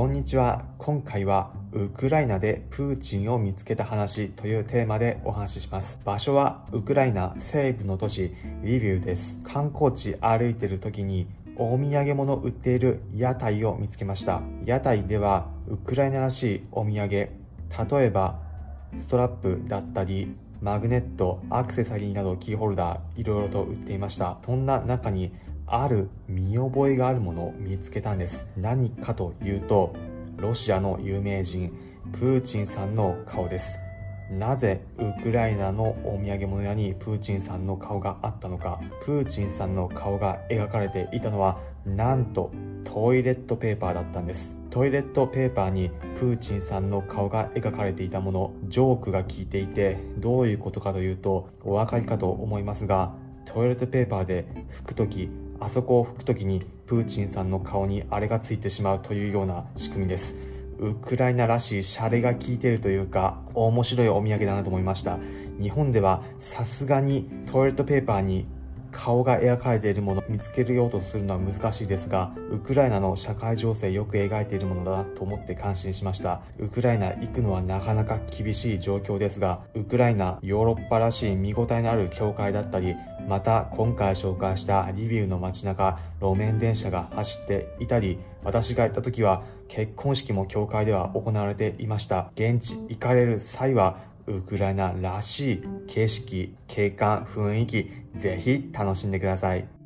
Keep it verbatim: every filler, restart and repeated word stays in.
こんにちは。今回はウクライナでプーチンを見つけた話というテーマでお話しします。場所はウクライナ西部の都市リビウです。観光地歩いている時にお土産物を売っている屋台を見つけました。屋台ではウクライナらしいお土産、例えばストラップだったりマグネット、アクセサリーなどキーホルダー、いろいろと売っていました。そんな中にある見覚えがあるものを見つけたんです。何かというと、ロシアの有名人プーチンさんの顔です。なぜウクライナのお土産物屋にプーチンさんの顔があったのか。プーチンさんの顔が描かれていたのはなんとトイレットペーパーだったんです。トイレットペーパーにプーチンさんの顔が描かれていたもの、ジョークが効いていて、どういうことかというとお分かりかと思いますが、トイレットペーパーで拭くとき、あそこを拭くときにプーチンさんの顔にあれがついてしまうというような仕組みです。ウクライナらしいシャレが効いているというか、面白いお土産だなと思いました。日本ではさすがにトイレットペーパーに顔が描かれているものを見つけようとするのは難しいですが、ウクライナの社会情勢よく描いているものだなと思って感心しました。ウクライナ行くのはなかなか厳しい状況ですが、ウクライナ、ヨーロッパらしい見応えのある教会だったり、また今回紹介したリビウの街中、路面電車が走っていたり、私が行った時は結婚式も教会では行われていました。現地行かれる際はウクライナらしい景色、景観、雰囲気、ぜひ楽しんでください。